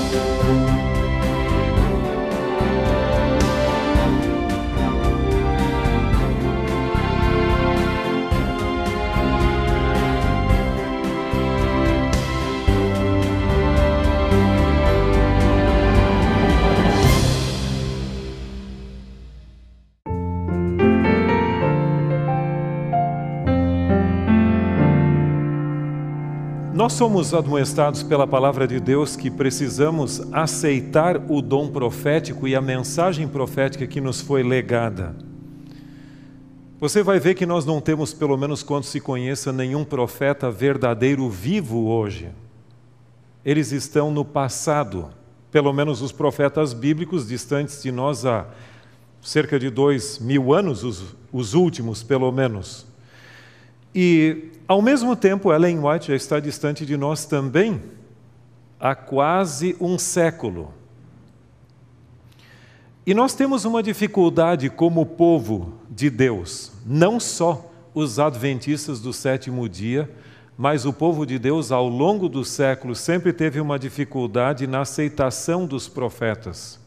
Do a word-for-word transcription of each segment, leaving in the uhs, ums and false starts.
Nós somos admoestados pela palavra de Deus que precisamos aceitar o dom profético e a mensagem profética que nos foi legada. Você vai ver que nós não temos, pelo menos quando se conheça, nenhum profeta verdadeiro vivo hoje. Eles estão no passado, pelo menos os profetas bíblicos distantes de nós há cerca de dois mil anos, os, os últimos pelo menos. E, ao mesmo tempo, Ellen White já está distante de nós também há quase um século. E nós temos uma dificuldade como povo de Deus, não só os adventistas do sétimo dia, mas o povo de Deus, ao longo dos séculos, sempre teve uma dificuldade na aceitação dos profetas.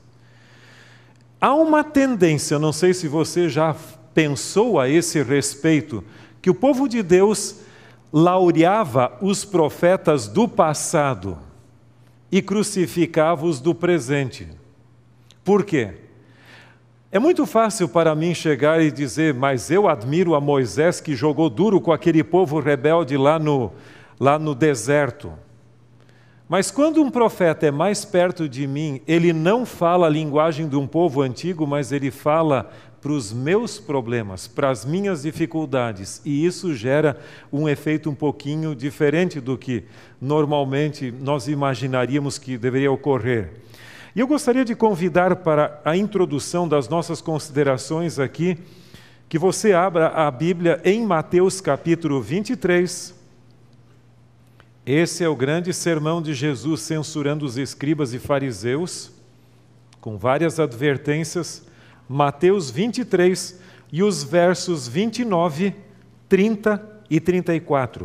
Há uma tendência, não sei se você já pensou a esse respeito, que o povo de Deus laureava os profetas do passado e crucificava os do presente. Por quê? É muito fácil para mim chegar e dizer, mas eu admiro a Moisés que jogou duro com aquele povo rebelde lá no, lá no deserto. Mas quando um profeta é mais perto de mim, ele não fala a linguagem de um povo antigo, mas ele fala para os meus problemas, para as minhas dificuldades. E isso gera um efeito um pouquinho diferente do que normalmente nós imaginaríamos que deveria ocorrer. E eu gostaria de convidar para a introdução das nossas considerações aqui, que você abra a Bíblia em Mateus capítulo vinte e três. Esse é o grande sermão de Jesus censurando os escribas e fariseus, com várias advertências. Mateus vinte e três e os versos vinte e nove, trinta e trinta e quatro.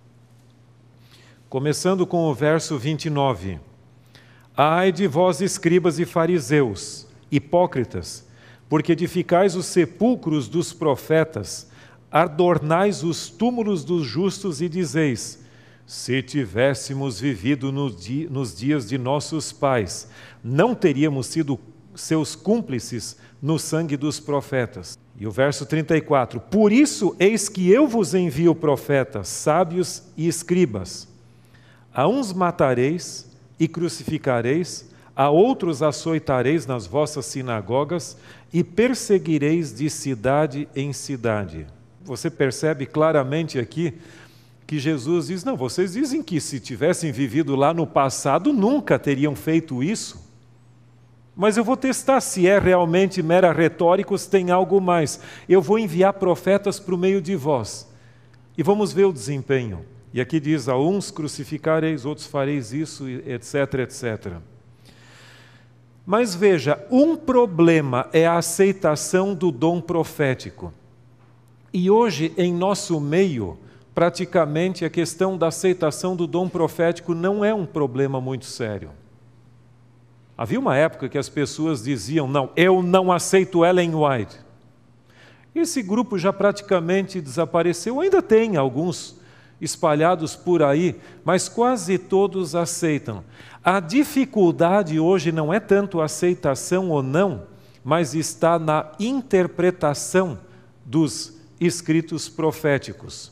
Começando com o verso vinte e nove. Ai de vós, escribas e fariseus, hipócritas, porque edificais os sepulcros dos profetas, adornais os túmulos dos justos e dizeis: se tivéssemos vivido nos dias de nossos pais, não teríamos sido seus cúmplices no sangue dos profetas. E o verso trinta e quatro. Por isso, eis que eu vos envio profetas, sábios e escribas. A uns matareis e crucificareis, a outros açoitareis nas vossas sinagogas e perseguireis de cidade em cidade. Você percebe claramente aqui que Jesus diz, não, vocês dizem que se tivessem vivido lá no passado, nunca teriam feito isso. Mas eu vou testar se é realmente mera retórica ou se tem algo mais. Eu vou enviar profetas para o meio de vós. E vamos ver o desempenho. E aqui diz, a uns crucificareis, outros fareis isso, etc, etcétera. Mas veja, um problema é a aceitação do dom profético. E hoje, em nosso meio, praticamente a questão da aceitação do dom profético não é um problema muito sério. Havia uma época que as pessoas diziam, não, eu não aceito Ellen White. Esse grupo já praticamente desapareceu, ainda tem alguns espalhados por aí, mas quase todos aceitam. A dificuldade hoje não é tanto a aceitação ou não, mas está na interpretação dos escritos proféticos.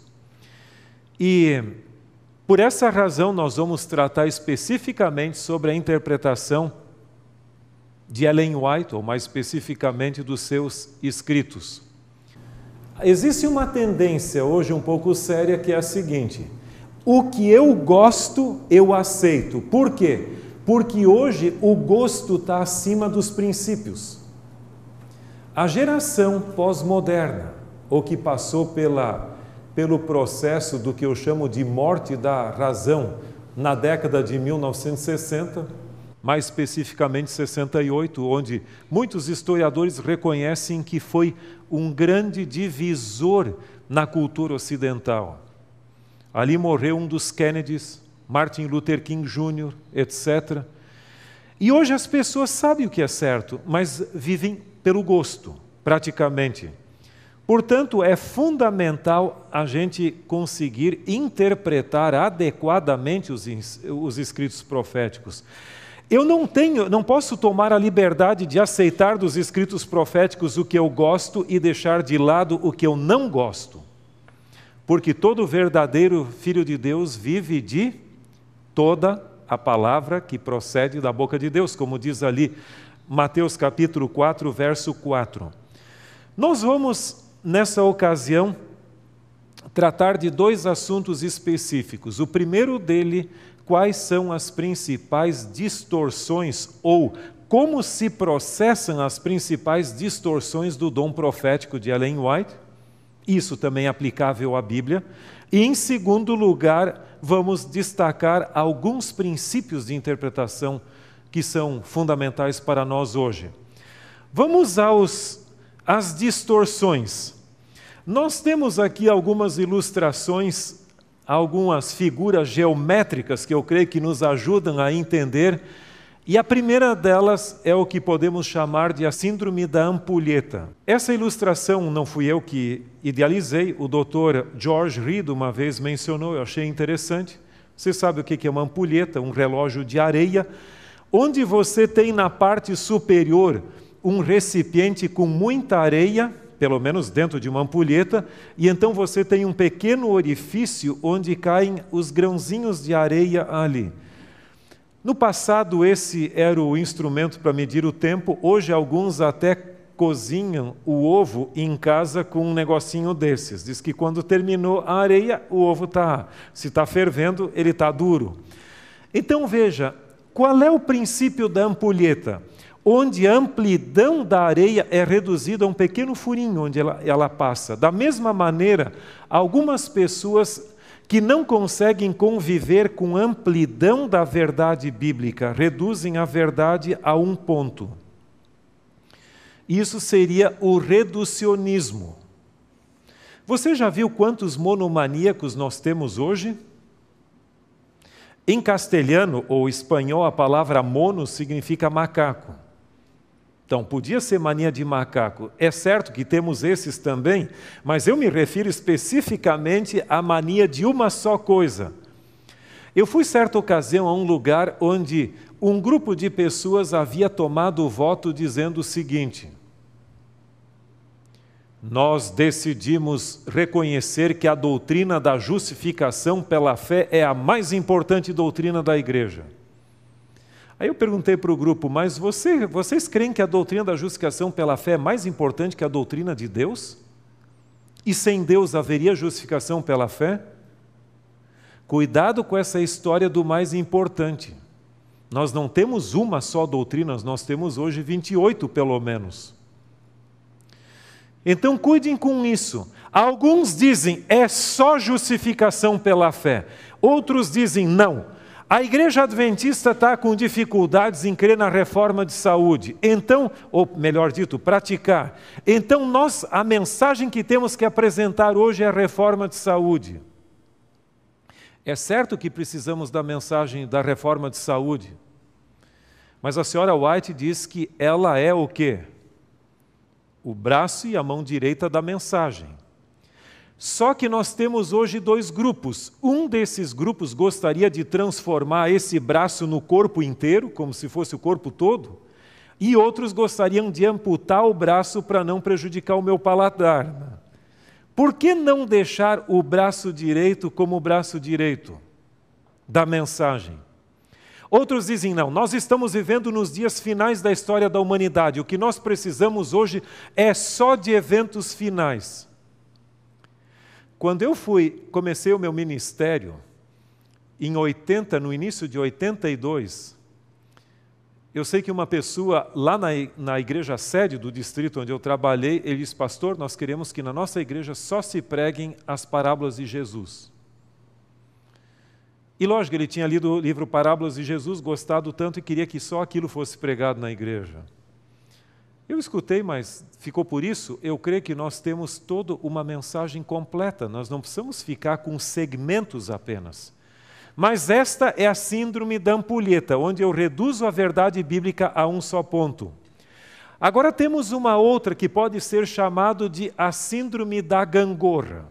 E por essa razão nós vamos tratar especificamente sobre a interpretação de Ellen White, ou mais especificamente dos seus escritos. Existe uma tendência hoje um pouco séria que é a seguinte: o que eu gosto, eu aceito. Por quê? Porque hoje o gosto está acima dos princípios. A geração pós-moderna, ou que passou pela, pelo processo do que eu chamo de morte da razão na década de mil novecentos e sessenta, mais especificamente sessenta e oito, onde muitos historiadores reconhecem que foi um grande divisor na cultura ocidental. Ali morreu um dos Kennedys, Martin Luther King Júnior, etcétera. E hoje as pessoas sabem o que é certo, mas vivem pelo gosto, praticamente. Portanto, é fundamental a gente conseguir interpretar adequadamente os, os escritos proféticos. Eu não tenho, não posso tomar a liberdade de aceitar dos escritos proféticos o que eu gosto e deixar de lado o que eu não gosto. Porque todo verdadeiro filho de Deus vive de toda a palavra que procede da boca de Deus, como diz ali Mateus capítulo quatro, verso quatro. Nós vamos, nessa ocasião, tratar de dois assuntos específicos. O primeiro dele, quais são as principais distorções ou como se processam as principais distorções do dom profético de Ellen White. Isso também é aplicável à Bíblia. E, em segundo lugar, vamos destacar alguns princípios de interpretação que são fundamentais para nós hoje. Vamos aos, às distorções. Nós temos aqui algumas ilustrações, algumas figuras geométricas que eu creio que nos ajudam a entender. E a primeira delas é o que podemos chamar de a síndrome da ampulheta. Essa ilustração não fui eu que idealizei, o doutor George Reed uma vez mencionou, eu achei interessante. Você sabe o que é uma ampulheta, um relógio de areia, onde você tem na parte superior um recipiente com muita areia, pelo menos dentro de uma ampulheta, e então você tem um pequeno orifício onde caem os grãozinhos de areia ali. No passado, esse era o instrumento para medir o tempo. Hoje, alguns até cozinham o ovo em casa com um negocinho desses. Diz que quando terminou a areia, o ovo está... Se está fervendo, ele está duro. Então, veja, qual é o princípio da ampulheta? Onde a amplidão da areia é reduzida a um pequeno furinho onde ela, ela passa. Da mesma maneira, algumas pessoas que não conseguem conviver com a amplidão da verdade bíblica, reduzem a verdade a um ponto. Isso seria o reducionismo. Você já viu quantos monomaníacos nós temos hoje? Em castelhano ou espanhol, a palavra mono significa macaco. Então, podia ser mania de macaco. É certo que temos esses também, mas eu me refiro especificamente à mania de uma só coisa. Eu fui, certa ocasião, a um lugar onde um grupo de pessoas havia tomado o voto dizendo o seguinte: nós decidimos reconhecer que a doutrina da justificação pela fé é a mais importante doutrina da igreja. Aí eu perguntei para o grupo, mas você, vocês creem que a doutrina da justificação pela fé é mais importante que a doutrina de Deus? E sem Deus haveria justificação pela fé? Cuidado com essa história do mais importante. Nós não temos uma só doutrina, nós temos hoje vinte e oito pelo menos. Então cuidem com isso. Alguns dizem, é só justificação pela fé. Outros dizem, não. A igreja adventista está com dificuldades em crer na reforma de saúde. Então, ou melhor dito, praticar. Então, nós, a mensagem que temos que apresentar hoje é a reforma de saúde. É certo que precisamos da mensagem da reforma de saúde. Mas a senhora White diz que ela é o quê? O braço e a mão direita da mensagem. Só que nós temos hoje dois grupos. Um desses grupos gostaria de transformar esse braço no corpo inteiro, como se fosse o corpo todo, e outros gostariam de amputar o braço para não prejudicar o meu paladar. Por que não deixar o braço direito como o braço direito da mensagem? Outros dizem, não, nós estamos vivendo nos dias finais da história da humanidade. O que nós precisamos hoje é só de eventos finais. Quando eu fui, comecei o meu ministério, em oitenta, no início de oitenta e dois, eu sei que uma pessoa lá na, na igreja sede do distrito onde eu trabalhei, ele disse, pastor, nós queremos que na nossa igreja só se preguem as parábolas de Jesus. E lógico, ele tinha lido o livro Parábolas de Jesus, gostado tanto e queria que só aquilo fosse pregado na igreja. Eu escutei, mas ficou por isso? Eu creio que nós temos toda uma mensagem completa, nós não precisamos ficar com segmentos apenas. Mas esta é a síndrome da ampulheta, onde eu reduzo a verdade bíblica a um só ponto. Agora temos uma outra que pode ser chamada de a síndrome da gangorra.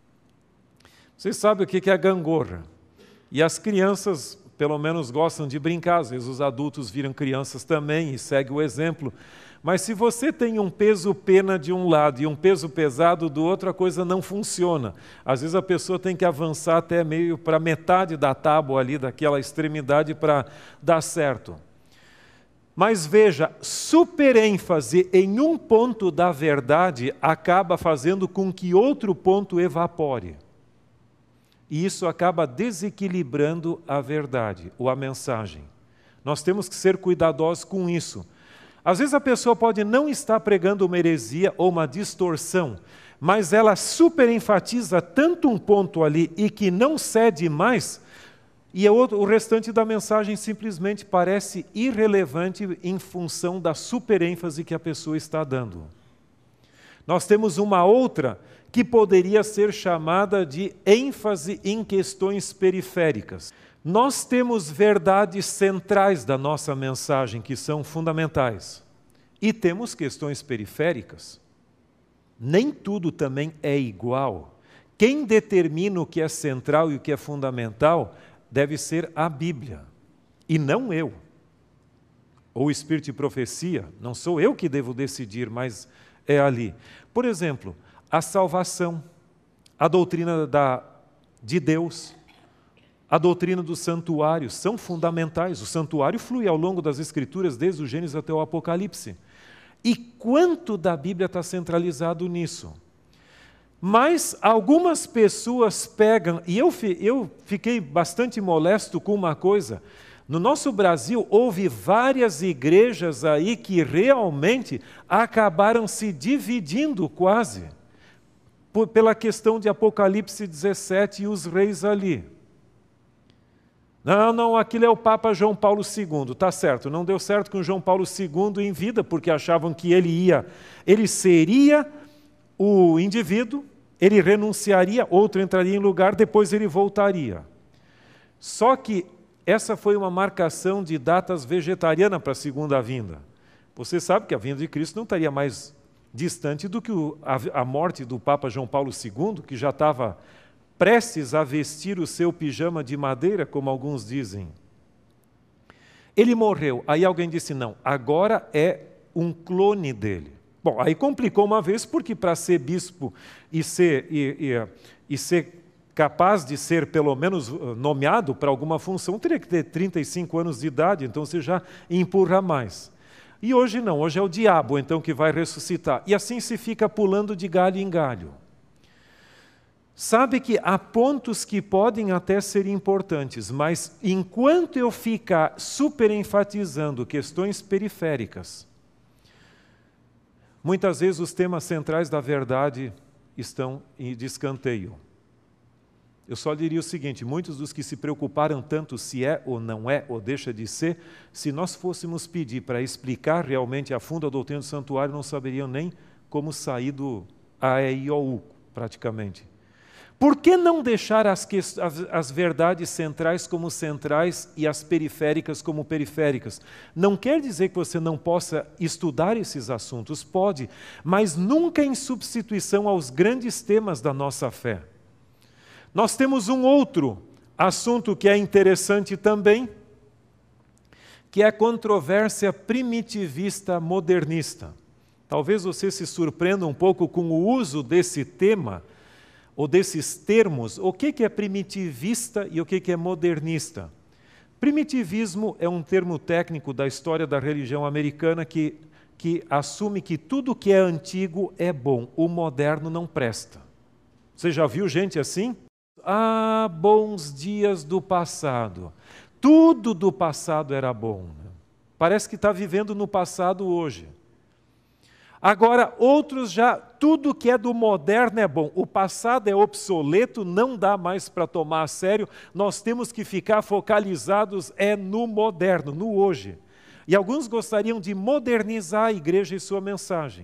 Vocês sabem o que é a gangorra? E as crianças, pelo menos, gostam de brincar, às vezes os adultos viram crianças também e seguem o exemplo. Mas se você tem um peso pena de um lado e um peso pesado do outro, a coisa não funciona. Às vezes a pessoa tem que avançar até meio para metade da tábua ali, daquela extremidade, para dar certo. Mas veja, superênfase em um ponto da verdade acaba fazendo com que outro ponto evapore. E isso acaba desequilibrando a verdade, ou a mensagem. Nós temos que ser cuidadosos com isso. Às vezes a pessoa pode não estar pregando uma heresia ou uma distorção, mas ela superenfatiza tanto um ponto ali e que não cede mais, e o restante da mensagem simplesmente parece irrelevante em função da superênfase que a pessoa está dando. Nós temos uma outra que poderia ser chamada de ênfase em questões periféricas. Nós temos verdades centrais da nossa mensagem que são fundamentais. E temos questões periféricas. Nem tudo também é igual. Quem determina o que é central e o que é fundamental deve ser a Bíblia, e não eu. Ou o Espírito de profecia, não sou eu que devo decidir, mas é ali. Por exemplo, a salvação, a doutrina da, de Deus, a doutrina do santuário são fundamentais. O santuário flui ao longo das Escrituras, desde o Gênesis até o Apocalipse. E quanto da Bíblia está centralizado nisso? Mas algumas pessoas pegam, e eu, eu fiquei bastante molesto com uma coisa. No nosso Brasil, houve várias igrejas aí que realmente acabaram se dividindo quase, por, pela questão de Apocalipse dezessete e os reis ali. Não, não, aquilo é o Papa João Paulo segundo, tá certo, não deu certo com João Paulo segundo em vida, porque achavam que ele ia, ele seria o indivíduo, ele renunciaria, outro entraria em lugar, depois ele voltaria. Só que essa foi uma marcação de datas vegetariana para a segunda vinda. Você sabe que a vinda de Cristo não estaria mais distante do que o, a, a morte do Papa João Paulo segundo, que já estava prestes a vestir o seu pijama de madeira, como alguns dizem. Ele morreu, aí alguém disse, não, agora é um clone dele. Bom, aí complicou uma vez, porque para ser bispo e ser, e, e, e ser capaz de ser pelo menos nomeado para alguma função, teria que ter trinta e cinco anos de idade, então você já empurra mais. E hoje não, hoje é o diabo então que vai ressuscitar. E assim se fica pulando de galho em galho. Sabe que há pontos que podem até ser importantes, mas enquanto eu ficar superenfatizando questões periféricas, muitas vezes os temas centrais da verdade estão em escanteio. Eu só diria o seguinte, muitos dos que se preocuparam tanto se é ou não é, ou deixa de ser, se nós fôssemos pedir para explicar realmente a fundo a doutrina do santuário, não saberiam nem como sair do A, E, I, O, U, praticamente. Por que não deixar as, as, as verdades centrais como centrais e as periféricas como periféricas? Não quer dizer que você não possa estudar esses assuntos, pode, mas nunca em substituição aos grandes temas da nossa fé. Nós temos um outro assunto que é interessante também, que é a controvérsia primitivista modernista. Talvez você se surpreenda um pouco com o uso desse tema, ou desses termos, o que é primitivista e o que é modernista. Primitivismo é um termo técnico da história da religião americana que, que assume que tudo que é antigo é bom, o moderno não presta. Você já viu gente assim? Ah, bons dias do passado. Tudo do passado era bom. Parece que está vivendo no passado hoje. Agora, outros já, tudo que é do moderno é bom. O passado é obsoleto, não dá mais para tomar a sério. Nós temos que ficar focalizados é no moderno, no hoje. E alguns gostariam de modernizar a igreja e sua mensagem.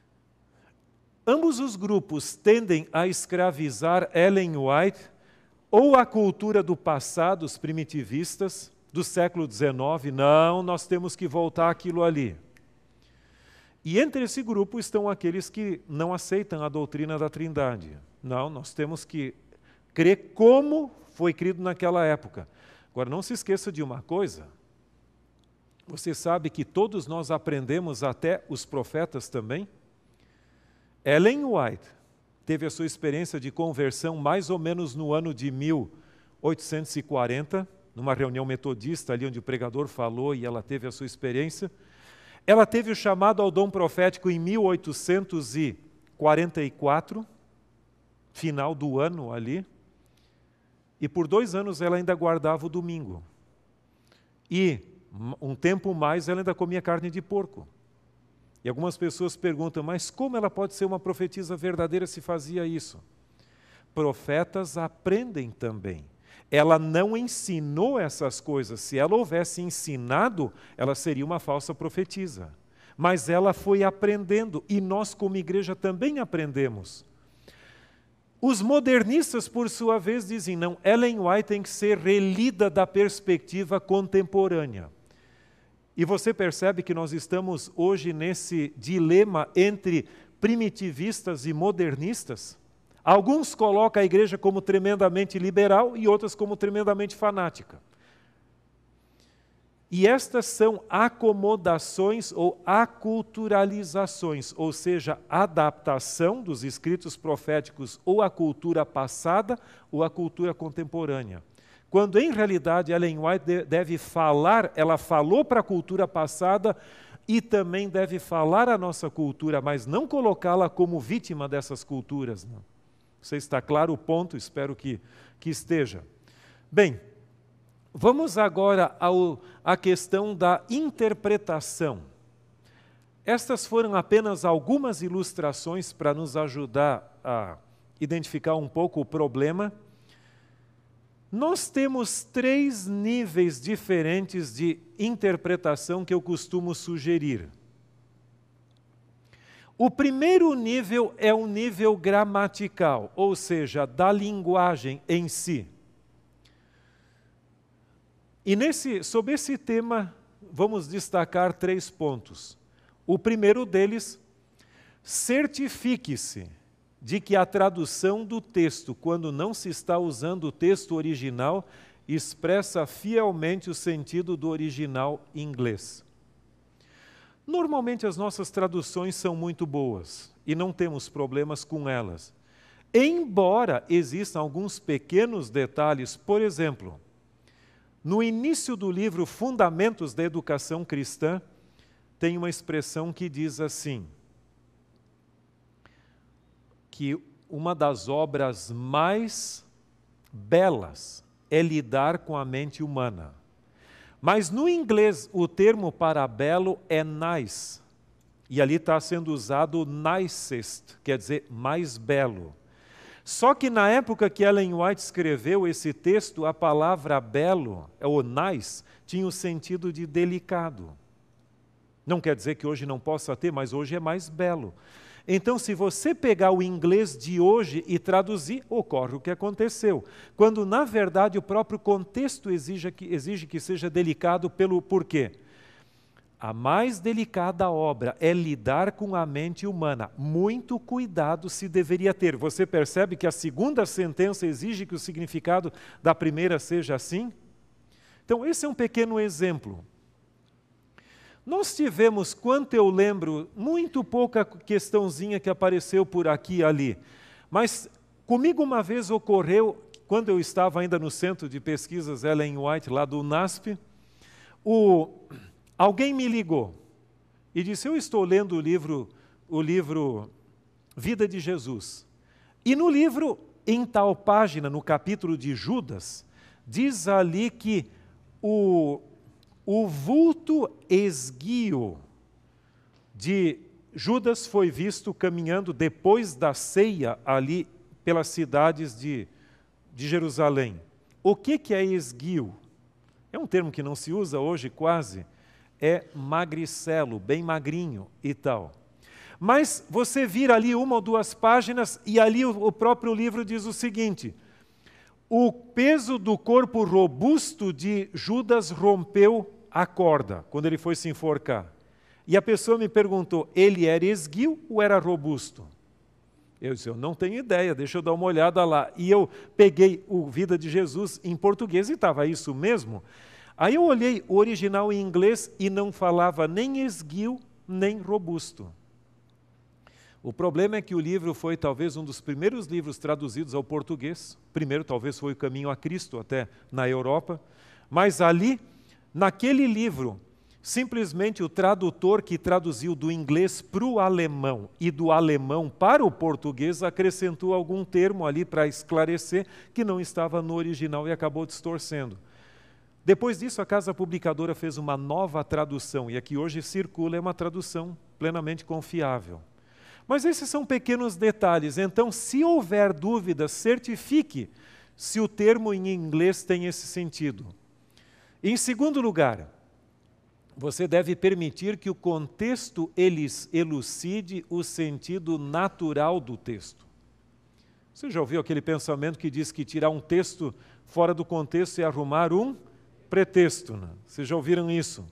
Ambos os grupos tendem a escravizar Ellen White ou a cultura do passado, os primitivistas, do século dezenove, não, nós temos que voltar àquilo ali. E entre esse grupo estão aqueles que não aceitam a doutrina da Trindade. Não, nós temos que crer como foi crido naquela época. Agora, não se esqueça de uma coisa. Você sabe que todos nós aprendemos, até os profetas também? Ellen White teve a sua experiência de conversão mais ou menos no ano de mil oitocentos e quarenta, numa reunião metodista, ali onde o pregador falou e ela teve a sua experiência. Ela teve o chamado ao dom profético em mil oitocentos e quarenta e quatro, final do ano ali, e por dois anos ela ainda guardava o domingo. E um tempo mais ela ainda comia carne de porco. E algumas pessoas perguntam, mas como ela pode ser uma profetisa verdadeira se fazia isso? Profetas aprendem também. Ela não ensinou essas coisas. Se ela houvesse ensinado, ela seria uma falsa profetisa. Mas ela foi aprendendo, e nós como igreja também aprendemos. Os modernistas, por sua vez, dizem, não, Ellen White tem que ser relida da perspectiva contemporânea. E você percebe que nós estamos hoje nesse dilema entre primitivistas e modernistas? Alguns colocam a igreja como tremendamente liberal e outras como tremendamente fanática. E estas são acomodações ou aculturalizações, ou seja, adaptação dos escritos proféticos ou à cultura passada ou à cultura contemporânea. Quando em realidade Ellen White deve falar, ela falou para a cultura passada e também deve falar a nossa cultura, mas não colocá-la como vítima dessas culturas, não. Você está claro o ponto? Espero que, que esteja. Bem, vamos agora ao, à questão da interpretação. Estas foram apenas algumas ilustrações para nos ajudar a identificar um pouco o problema. Nós temos três níveis diferentes de interpretação que eu costumo sugerir. O primeiro nível é o nível gramatical, ou seja, da linguagem em si. E nesse, sob esse tema, vamos destacar três pontos. O primeiro deles, certifique-se de que a tradução do texto, quando não se está usando o texto original, expressa fielmente o sentido do original inglês. Normalmente as nossas traduções são muito boas e não temos problemas com elas. Embora existam alguns pequenos detalhes, por exemplo, no início do livro Fundamentos da Educação Cristã, tem uma expressão que diz assim, que uma das obras mais belas é lidar com a mente humana. Mas no inglês o termo para belo é nice, e ali está sendo usado nicest, quer dizer mais belo. Só que na época que Ellen White escreveu esse texto, a palavra belo, ou nice, tinha o sentido de delicado. Não quer dizer que hoje não possa ter, mas hoje é mais belo. Então, se você pegar o inglês de hoje e traduzir, ocorre o que aconteceu. Quando, na verdade, o próprio contexto exige que, exige que seja delicado pelo porquê. A mais delicada obra é lidar com a mente humana. Muito cuidado se deveria ter. Você percebe que a segunda sentença exige que o significado da primeira seja assim? Então, esse é um pequeno exemplo. Nós tivemos, quanto eu lembro, muito pouca questãozinha que apareceu por aqui e ali. Mas comigo uma vez ocorreu, quando eu estava ainda no Centro de Pesquisas Ellen White, lá do N A S P, o, alguém me ligou e disse, eu estou lendo o livro, o livro Vida de Jesus. E no livro, em tal página, no capítulo de Judas, diz ali que o... O vulto esguio de Judas foi visto caminhando depois da ceia ali pelas cidades de, de Jerusalém. O que, que é esguio? É um termo que não se usa hoje quase. É magricelo, bem magrinho e tal. Mas você vira ali uma ou duas páginas e ali o, o próprio livro diz o seguinte, o peso do corpo robusto de Judas rompeu a corda quando ele foi se enforcar. E a pessoa me perguntou, ele era esguio ou era robusto? Eu disse, eu não tenho ideia, deixa eu dar uma olhada lá. E eu peguei o Vida de Jesus em português e estava isso mesmo. Aí eu olhei o original em inglês e não falava nem esguio, nem robusto. O problema é que o livro foi talvez um dos primeiros livros traduzidos ao português. Primeiro talvez foi o Caminho a Cristo, até na Europa. Mas ali, naquele livro, simplesmente o tradutor que traduziu do inglês para o alemão e do alemão para o português acrescentou algum termo ali para esclarecer que não estava no original e acabou distorcendo. Depois disso, a casa publicadora fez uma nova tradução e a que hoje circula é uma tradução plenamente confiável. Mas esses são pequenos detalhes, então se houver dúvida, certifique se o termo em inglês tem esse sentido. Em segundo lugar, você deve permitir que o contexto elucide o sentido natural do texto. Você já ouviu aquele pensamento que diz que tirar um texto fora do contexto é arrumar um pretexto, né? Vocês já ouviram isso?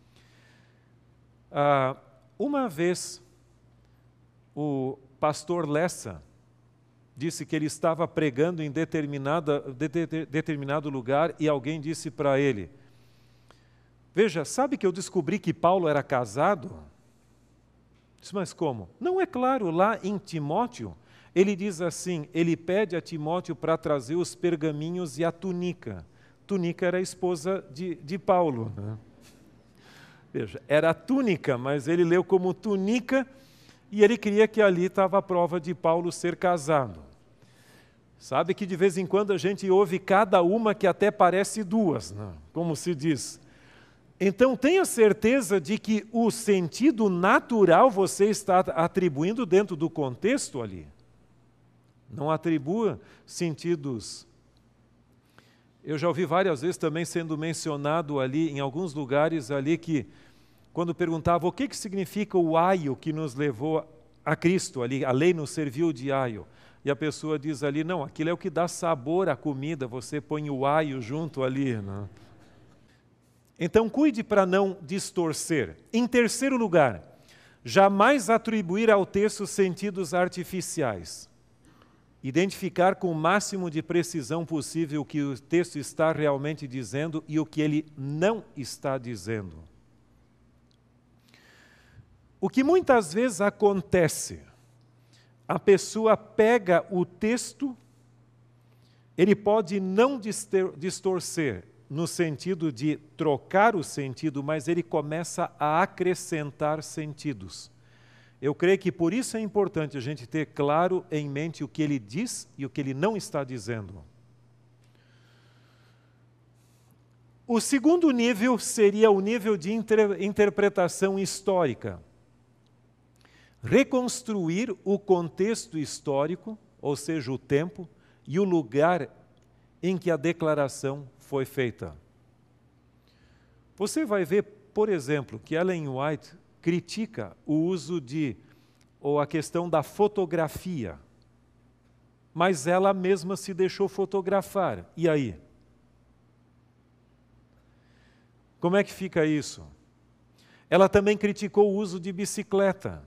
Ah, uma vez, o pastor Lessa disse que ele estava pregando em determinada, de, de, determinado lugar e alguém disse para ele, veja, sabe que eu descobri que Paulo era casado? Disse, mas como? Não é claro, lá em Timóteo, ele diz assim, ele pede a Timóteo para trazer os pergaminhos e a túnica. Túnica era a esposa de, de Paulo, né? Veja, era a túnica, mas ele leu como túnica e ele queria que ali estava a prova de Paulo ser casado. Sabe que de vez em quando a gente ouve cada uma que até parece duas, né? Como se diz. Então tenha certeza de que o sentido natural você está atribuindo dentro do contexto ali. Não atribua sentidos. Eu já ouvi várias vezes também sendo mencionado ali, em alguns lugares ali, que quando perguntava o que, que significa o aio que nos levou a Cristo ali, a lei nos serviu de aio. E a pessoa diz ali, não, aquilo é o que dá sabor à comida, você põe o aio junto ali, né? Então, cuide para não distorcer. Em terceiro lugar, jamais atribuir ao texto sentidos artificiais. Identificar com o máximo de precisão possível o que o texto está realmente dizendo e o que ele não está dizendo. O que muitas vezes acontece, a pessoa pega o texto, ele pode não distorcer, no sentido de trocar o sentido, mas ele começa a acrescentar sentidos. Eu creio que por isso é importante a gente ter claro em mente o que ele diz e o que ele não está dizendo. O segundo nível seria o nível de inter- interpretação histórica. Reconstruir o contexto histórico, ou seja, o tempo e o lugar em que a declaração foi feita. Você vai ver, por exemplo, que Ellen White critica o uso de, ou a questão da fotografia, mas ela mesma se deixou fotografar. E aí? Como é que fica isso? Ela também criticou o uso de bicicleta.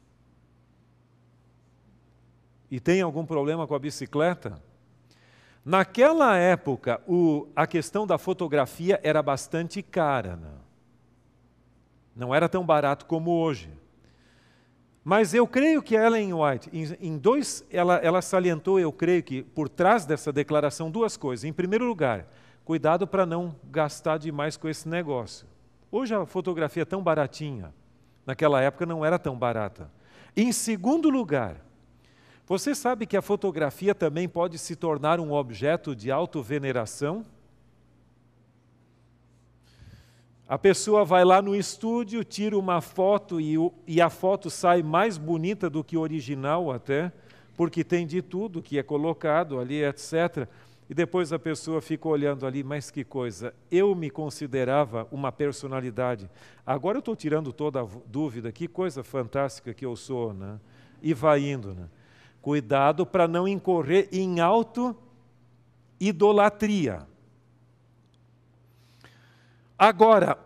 E tem algum problema com a bicicleta? Naquela época, o, a questão da fotografia era bastante cara, né? Não era tão barato como hoje. Mas eu creio que Ellen White, em, em dois, ela, ela salientou, eu creio que por trás dessa declaração, duas coisas. Em primeiro lugar, cuidado para não gastar demais com esse negócio. Hoje a fotografia é tão baratinha, naquela época não era tão barata. Em segundo lugar, você sabe que a fotografia também pode se tornar um objeto de autoveneração? A pessoa vai lá no estúdio, tira uma foto e, o, e a foto sai mais bonita do que o original até, porque tem de tudo que é colocado ali, etcétera. E depois a pessoa fica olhando ali, mas que coisa, eu me considerava uma personalidade. Agora eu estou tirando toda a dúvida, que coisa fantástica que eu sou, né? E vai indo, né? Cuidado para não incorrer em idolatria. Agora,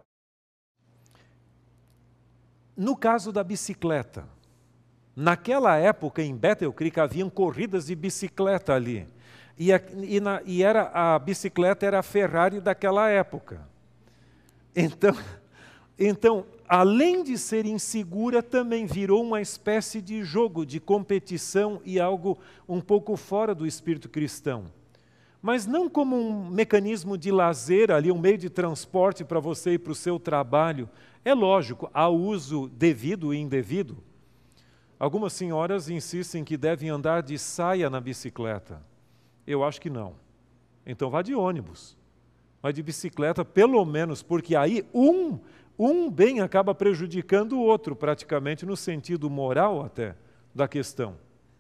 no caso da bicicleta, naquela época em Battle Creek haviam corridas de bicicleta ali. E, a, e, na, e era, a bicicleta era a Ferrari daquela época. Então, então, além de ser insegura, também virou uma espécie de jogo, de competição e algo um pouco fora do espírito cristão. Mas não como um mecanismo de lazer ali, um meio de transporte para você ir para o seu trabalho. É lógico, há uso devido e indevido. Algumas senhoras insistem que devem andar de saia na bicicleta. Eu acho que não. Então vá de ônibus. Mas de bicicleta, pelo menos, porque aí um, um bem acaba prejudicando o outro, praticamente no sentido moral até da questão.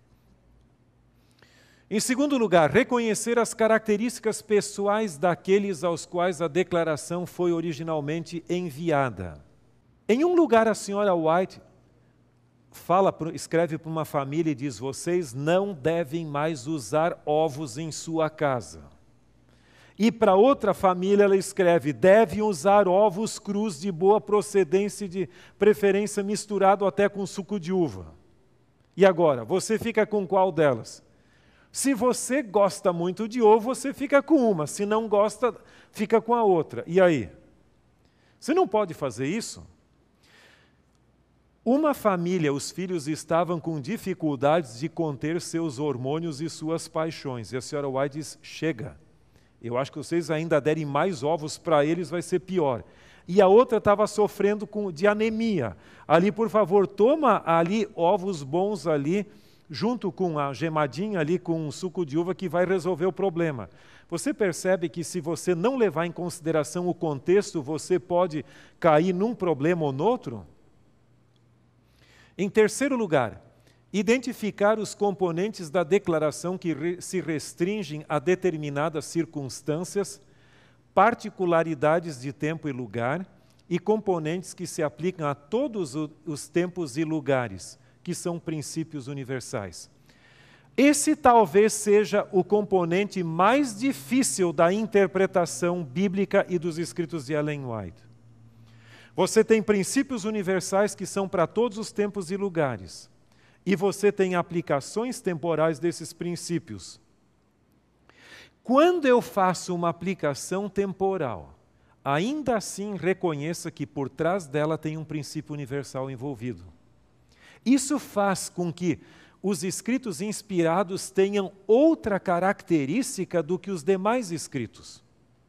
Em segundo lugar, reconhecer as características pessoais daqueles aos quais a declaração foi originalmente enviada. Em um lugar, a senhora White fala, escreve para uma família e diz: vocês não devem mais usar ovos em sua casa. E para outra família ela escreve: devem usar ovos crus de boa procedência, de preferência misturado até com suco de uva. E agora, você fica com qual delas? Se você gosta muito de ovo, você fica com uma. Se não gosta, fica com a outra. E aí? Você não pode fazer isso? Uma família, os filhos estavam com dificuldades de conter seus hormônios e suas paixões. E a senhora White diz: chega, eu acho que vocês ainda derem mais ovos para eles, vai ser pior. E a outra estava sofrendo com, de anemia. Ali, por favor, toma ali ovos bons ali, junto com a gemadinha ali, com um suco de uva, que vai resolver o problema. Você percebe que se você não levar em consideração o contexto, você pode cair num problema ou no outro? Em terceiro lugar, identificar os componentes da declaração que re- se restringem a determinadas circunstâncias, particularidades de tempo e lugar, e componentes que se aplicam a todos os tempos e lugares, que são princípios universais. Esse talvez seja o componente mais difícil da interpretação bíblica e dos escritos de Ellen White. Você tem princípios universais que são para todos os tempos e lugares. E você tem aplicações temporais desses princípios. Quando eu faço uma aplicação temporal, ainda assim reconheça que por trás dela tem um princípio universal envolvido. Isso faz com que os escritos inspirados tenham outra característica do que os demais escritos.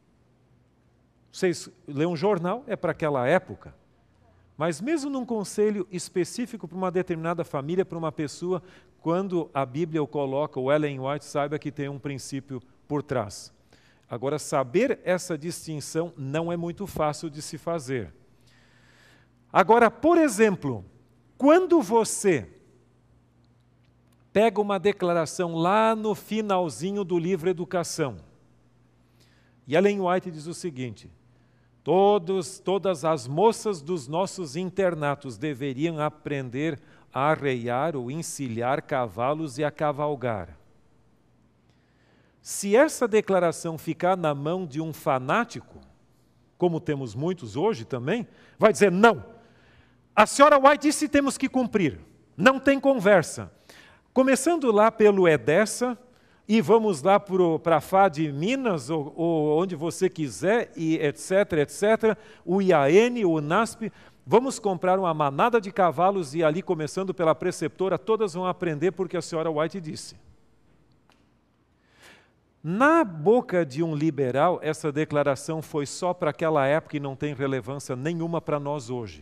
Vocês lêem um jornal, é para aquela época. Mas mesmo num conselho específico para uma determinada família, para uma pessoa, quando a Bíblia o coloca, o Ellen White, saiba que tem um princípio por trás. Agora, saber essa distinção não é muito fácil de se fazer. Agora, por exemplo, quando você pega uma declaração lá no finalzinho do livro Educação, e Ellen White diz o seguinte: Todos, todas as moças dos nossos internatos deveriam aprender a arreiar ou encilhar cavalos e a cavalgar. Se essa declaração ficar na mão de um fanático, como temos muitos hoje também, vai dizer: não, a senhora White disse que temos que cumprir, não tem conversa. Começando lá pelo Edessa, e vamos lá para a F A de Minas, ou, ou onde você quiser, e etc, etcétera, o I A N, o NASP, vamos comprar uma manada de cavalos e ali, começando pela preceptora, todas vão aprender porque a senhora White disse. Na boca de um liberal, essa declaração foi só para aquela época e não tem relevância nenhuma para nós hoje.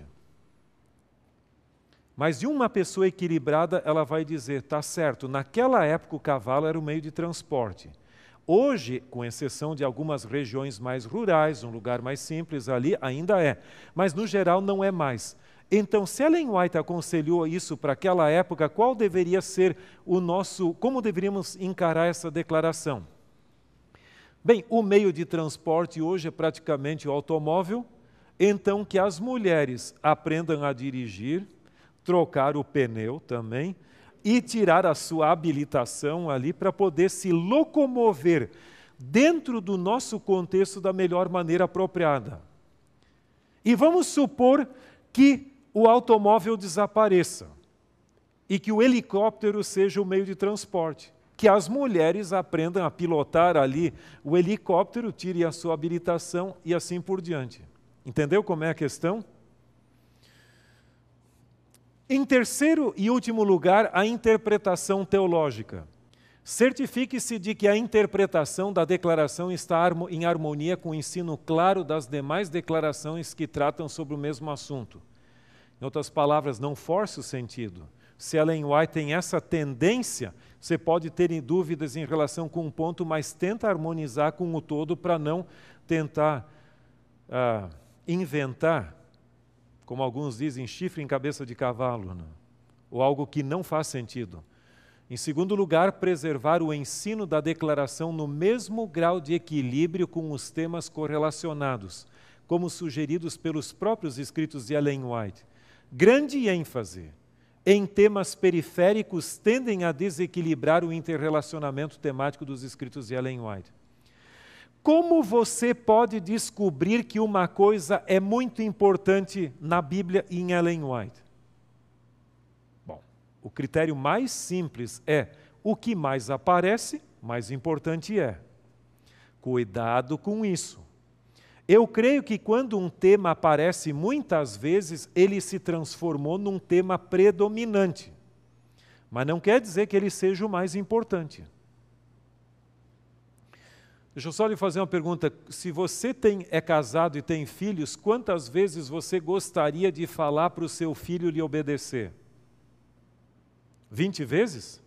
Mas de uma pessoa equilibrada, ela vai dizer: tá certo, naquela época o cavalo era o meio de transporte. Hoje, com exceção de algumas regiões mais rurais, um lugar mais simples ali, ainda é. Mas no geral não é mais. Então, se Ellen White aconselhou isso para aquela época, qual deveria ser o nosso, como deveríamos encarar essa declaração? Bem, o meio de transporte hoje é praticamente o automóvel, então que as mulheres aprendam a dirigir, trocar o pneu também e tirar a sua habilitação ali para poder se locomover dentro do nosso contexto da melhor maneira apropriada. E vamos supor que o automóvel desapareça e que o helicóptero seja o meio de transporte. Que as mulheres aprendam a pilotar ali o helicóptero, tirem a sua habilitação e assim por diante. Entendeu como é a questão? Em terceiro e último lugar, a interpretação teológica. Certifique-se de que a interpretação da declaração está em harmonia com o ensino claro das demais declarações que tratam sobre o mesmo assunto. Em outras palavras, não force o sentido. Se Ellen White tem essa tendência, você pode ter dúvidas em relação com um ponto, mas tenta harmonizar com o todo para não tentar ah, inventar, como alguns dizem, chifre em cabeça de cavalo, né? Ou algo que não faz sentido. Em segundo lugar, preservar o ensino da declaração no mesmo grau de equilíbrio com os temas correlacionados, como sugeridos pelos próprios escritos de Ellen White. Grande ênfase em temas periféricos tendem a desequilibrar o interrelacionamento temático dos escritos de Ellen White. Como você pode descobrir que uma coisa é muito importante na Bíblia e em Ellen White? Bom, o critério mais simples é o que mais aparece, mais importante é. Cuidado com isso. Eu creio que quando um tema aparece muitas vezes, ele se transformou num tema predominante. Mas não quer dizer que ele seja o mais importante. Deixa eu só lhe fazer uma pergunta. Se você tem, é casado e tem filhos, quantas vezes você gostaria de falar para o seu filho lhe obedecer? Vinte vezes?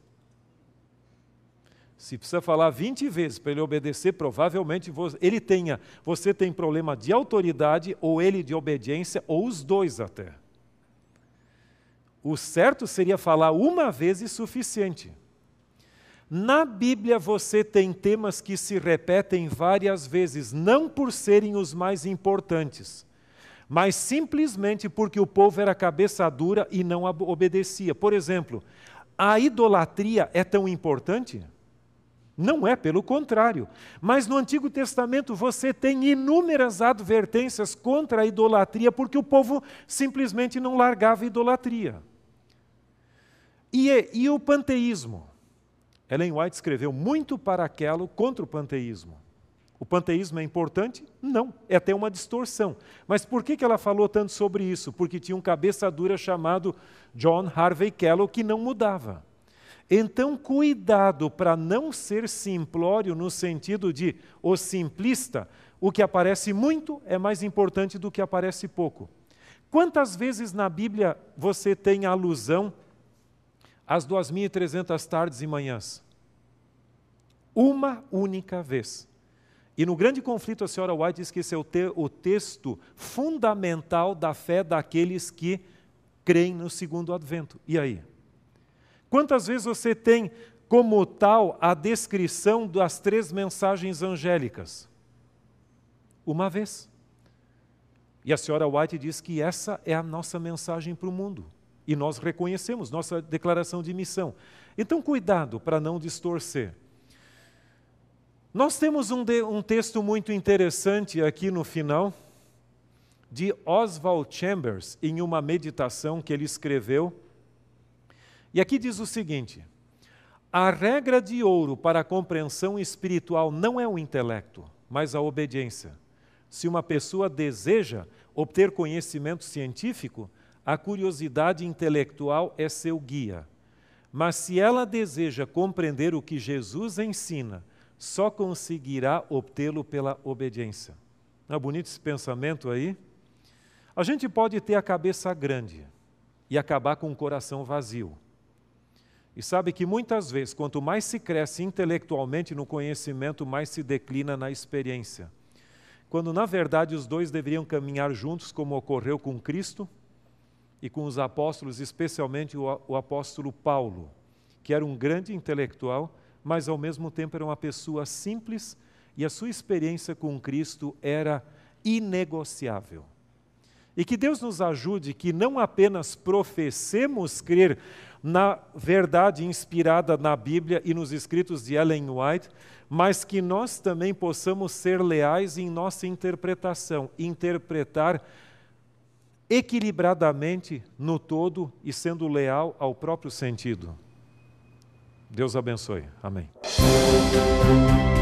Se precisa falar vinte vezes para ele obedecer, provavelmente ele tenha, você tem problema de autoridade, ou ele de obediência, ou os dois até. O certo seria falar uma vez e suficiente. Na Bíblia você tem temas que se repetem várias vezes, não por serem os mais importantes, mas simplesmente porque o povo era cabeça dura e não obedecia. Por exemplo, a idolatria é tão importante? Não é, pelo contrário. Mas no Antigo Testamento você tem inúmeras advertências contra a idolatria, porque o povo simplesmente não largava a idolatria. E, e o panteísmo? Ellen White escreveu muito para aquilo contra o panteísmo. O panteísmo é importante? Não, é até uma distorção. Mas por que ela falou tanto sobre isso? Porque tinha um cabeça dura chamado John Harvey Kellogg que não mudava. Então, cuidado para não ser simplório no sentido de o simplista, o que aparece muito é mais importante do que aparece pouco. Quantas vezes na Bíblia você tem a alusão às duas mil e trezentas tardes e manhãs? Uma única vez. E no grande conflito, a senhora White diz que esse é o, te o texto fundamental da fé daqueles que creem no segundo advento. E aí? Quantas vezes você tem como tal a descrição das três mensagens angélicas? Uma vez. E a senhora White diz que essa é a nossa mensagem para o mundo. E nós reconhecemos, nossa declaração de missão. Então, cuidado para não distorcer. Nós temos um, de, um texto muito interessante aqui no final, de Oswald Chambers, em uma meditação que ele escreveu. E aqui diz o seguinte: a regra de ouro para a compreensão espiritual não é o intelecto, mas a obediência. Se uma pessoa deseja obter conhecimento científico, a curiosidade intelectual é seu guia. Mas se ela deseja compreender o que Jesus ensina, só conseguirá obtê-lo pela obediência. Não é bonito esse pensamento aí? A gente pode ter a cabeça grande e acabar com o coração vazio. E sabe que muitas vezes, quanto mais se cresce intelectualmente no conhecimento, mais se declina na experiência. Quando, na verdade, os dois deveriam caminhar juntos, como ocorreu com Cristo e com os apóstolos, especialmente o, o apóstolo Paulo, que era um grande intelectual, mas ao mesmo tempo era uma pessoa simples e a sua experiência com Cristo era inegociável. E que Deus nos ajude que não apenas professemos crer na verdade inspirada na Bíblia e nos escritos de Ellen White, mas que nós também possamos ser leais em nossa interpretação, interpretar equilibradamente no todo e sendo leal ao próprio sentido. Deus abençoe. Amém.